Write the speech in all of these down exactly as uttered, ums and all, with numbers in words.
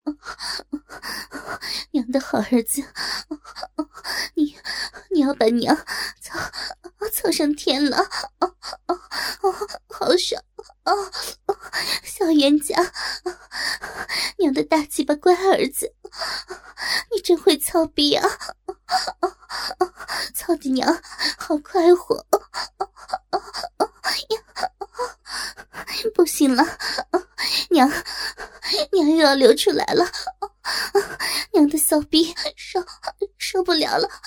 娘的好儿子，你你要把娘操操上天了，好爽！小冤家，娘的大鸡巴乖儿子，你真会操逼啊！操的娘好快活！不行了，娘娘又要流出来了，娘的骚逼受受不了了！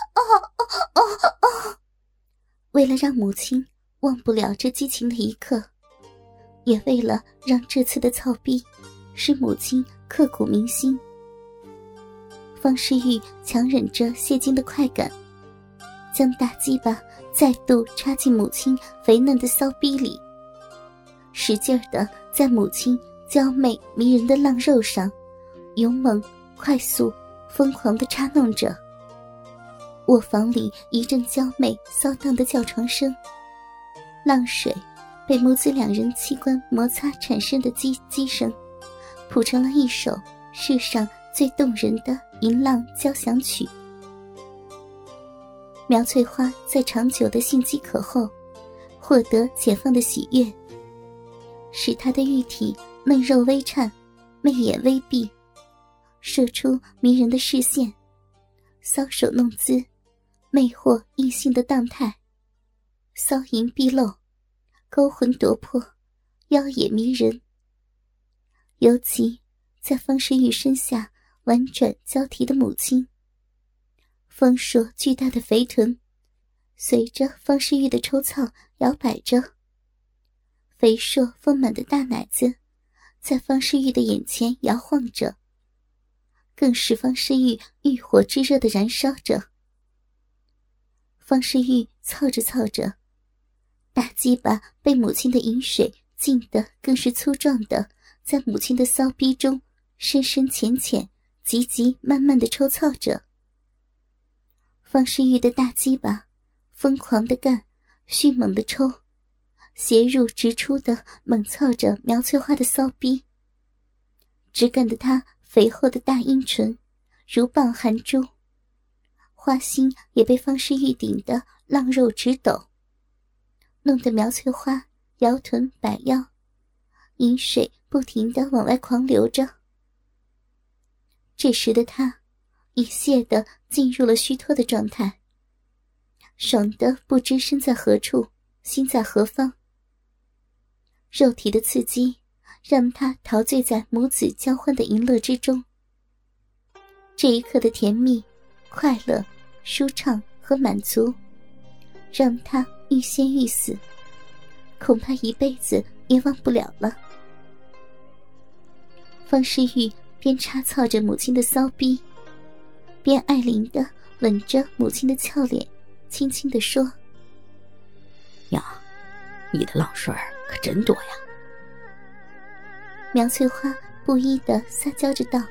为了让母亲忘不了这激情的一刻，也为了让这次的操逼使母亲刻骨铭心，方世玉强忍着泄精的快感，将大鸡巴再度插进母亲肥嫩的骚逼里，使劲地在母亲娇媚迷人的浪肉上勇猛、快速、疯狂地插弄着。卧房里一阵娇媚骚荡的叫床声，浪水被母子两人器官摩擦产生的激激声，谱成了一首世上最动人的淫浪交响曲。苗翠花在长久的性饥渴后获得解放的喜悦，使她的玉体嫩肉微颤，媚眼微闭，射出迷人的视线，搔首弄姿，魅惑异性的荡态，骚淫毕露，勾魂夺魄，妖冶迷人。尤其在方世玉身下婉转交替的母亲，丰硕巨大的肥臀随着方世玉的抽操摇摆着，肥硕丰满的大奶子在方世玉的眼前摇晃着，更使方世玉欲火之热地燃烧着。方世玉操着操着，大鸡巴被母亲的饮水浸得更是粗壮的，在母亲的骚逼中深深浅浅、急急慢慢地抽操着。方世玉的大鸡巴疯狂地干，迅猛地抽，斜入直出地猛操着苗翠花的骚逼，直干得她肥厚的大阴唇如棒含珠，花心也被方世玉顶得浪肉直抖，弄得苗翠花摇臀摆腰，饮水不停地往外狂流着。这时的她一泻地进入了虚脱的状态，爽得不知身在何处，心在何方。肉体的刺激让她陶醉在母子交欢的淫乐之中，这一刻的甜蜜、快乐、舒畅和满足让她欲仙欲死，恐怕一辈子也忘不了了。方世玉边插操着母亲的骚逼，边爱怜地吻着母亲的俏脸，轻轻地说： 娘，你的浪水可真多呀。 苗翠花不依地撒娇着道：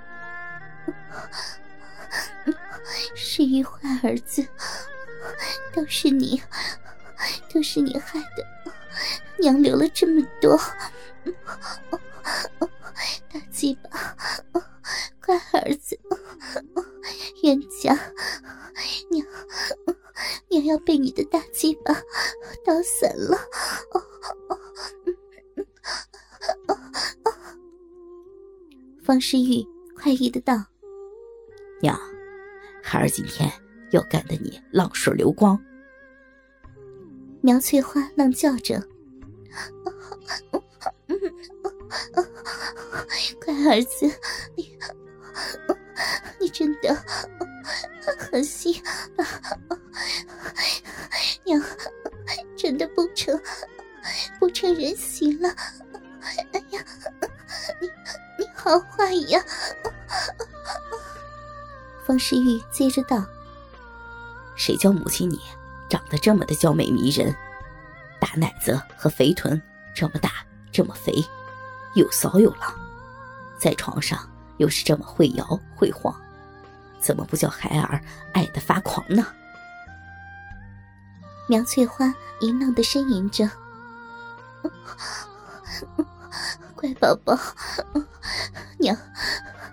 世玉坏儿子，都是你都是你害的，娘流了这么多。大鸡巴乖儿子，冤家，娘娘要被你的大鸡巴捣散了。方世玉快意的道： 娘，孩儿今天要干得你浪水流光。 苗翠花浪叫着：乖儿子，你你真的狠心吧？娘真的不成不成人形了。哎呀，你你好坏呀！方世玉接着道： 谁叫母亲你长得这么的娇美迷人，大奶子和肥臀这么大这么肥，又骚又浪，在床上又是这么会摇会晃，怎么不叫孩儿爱得发狂呢？ 苗翠花淫浪地呻吟着：乖宝宝，娘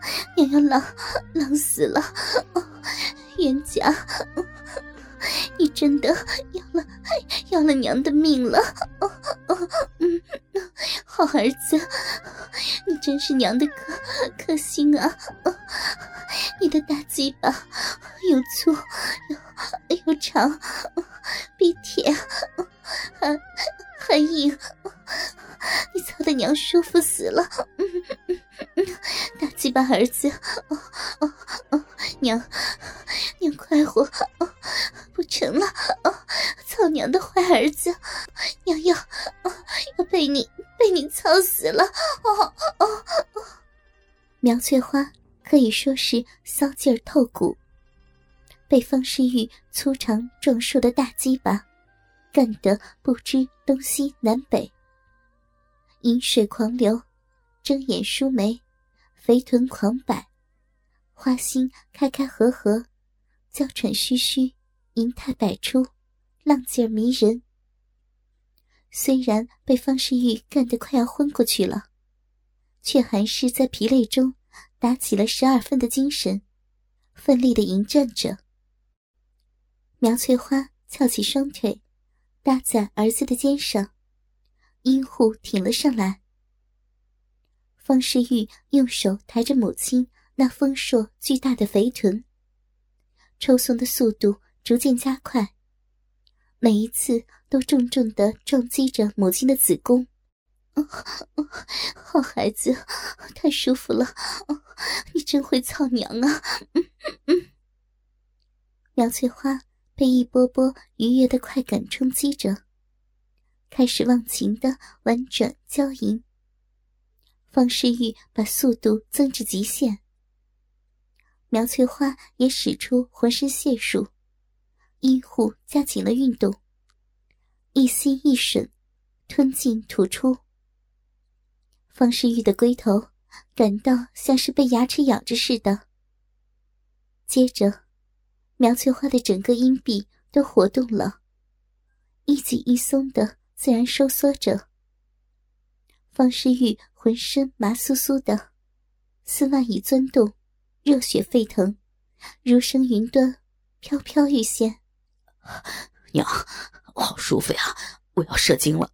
娘要浪浪死了！哦，冤家，哦，你真的要了要了娘的命了！哦哦嗯，好儿子，你真是娘的可可心啊！哦，你的大鸡巴又粗又又长，哦，比铁，哦，还还硬，哦，你操的娘舒服死了！嗯嗯嗯，大鸡巴儿子，哦哦哦，娘娘快活！哦，不成了！哦，操娘的坏儿子，娘要哦要被你被你操死了！哦哦哦！苗翠花可以说是骚劲儿透骨，被方世玉粗长壮硕的大鸡巴干得不知东西南北，饮水狂流，睁眼舒眉，肥臀狂摆，花心开开合合，娇喘吁吁，银态百出，浪劲儿迷人。虽然被方世玉干得快要昏过去了，却还是在疲累中打起了十二分的精神，奋力地迎战着。苗翠花翘起双腿搭在儿子的肩上，阴户挺了上来。方世玉用手抬着母亲那丰硕巨大的肥臀，抽送的速度逐渐加快，每一次都重重地撞击着母亲的子宫。哦哦，好孩子，太舒服了！哦，你真会操娘啊！嗯嗯。苗翠花被一波波愉悦的快感冲击着，开始忘情的婉转娇吟。方世玉把速度增至极限，苗翠花也使出浑身解数，阴户加紧了运动，一吸一吮，吞进吐出。方世玉的龟头感到像是被牙齿咬着似的。接着，苗翠花的整个阴壁都活动了，一紧一松的自然收缩着。方世玉浑身麻酥酥的，丝袜已钻动，热血沸腾，如生云端，飘飘欲仙。 娘，我好舒服呀，我要射精了。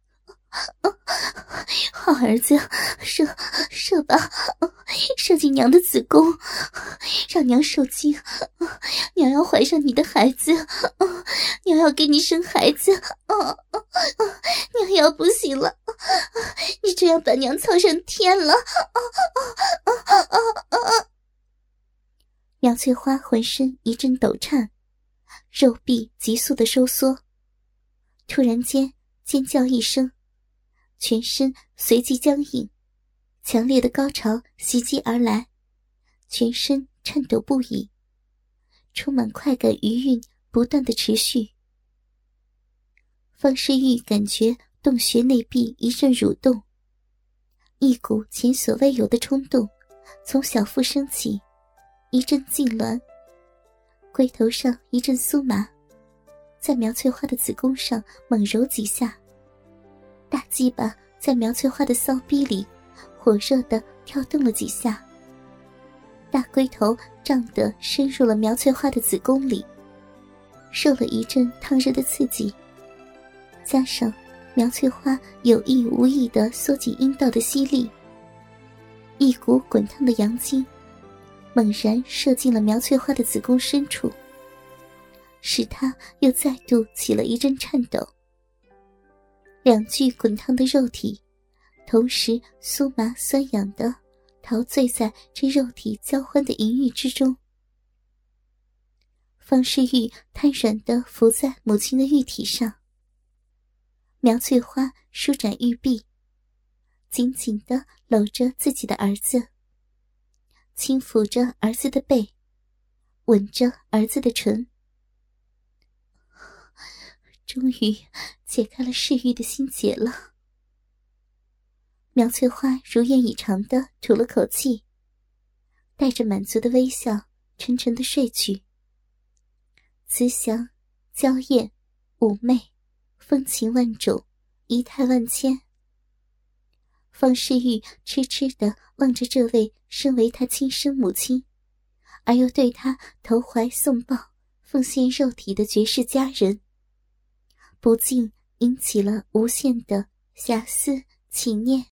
好儿子，射射吧，射进娘的子宫，让娘受精，娘要怀上你的孩子，娘要给你生孩子，娘要不行了，你这样把娘操上天了。苗翠花浑身一阵抖颤，肉壁急速的收缩，突然间尖叫一声，全身随即僵硬，强烈的高潮袭击而来，全身颤抖不已，充满快感余韵不断的持续。方世玉感觉洞穴内壁一阵蠕动，一股前所未有的冲动从小腹升起，一阵痉挛，龟头上一阵酥麻，在苗翠花的子宫上猛揉几下，大鸡巴在苗翠花的骚逼里火热地跳动了几下，大龟头胀得深入了苗翠花的子宫里，受了一阵烫热的刺激，加上苗翠花有意无意地缩紧阴道的吸力，一股滚烫的阳精猛然射进了苗翠花的子宫深处，使她又再度起了一阵颤抖。两具滚烫的肉体同时酥麻酸痒地陶醉在这肉体交欢的淫欲之中。方世玉瘫软地伏在母亲的玉体上，苗翠花舒展玉臂，紧紧地搂着自己的儿子，轻抚着儿子的背，吻着儿子的唇。终于解开了嗜欲的心结了。苗翠花如愿以偿地吐了口气，带着满足的微笑沉沉地睡去。慈祥、娇艳、妩媚，风情万种，仪态万千。 方世玉痴痴地望着这位身为他亲生母亲，而又对他投怀送抱、奉献肉体的绝世佳人，不禁引起了无限的遐思、起念。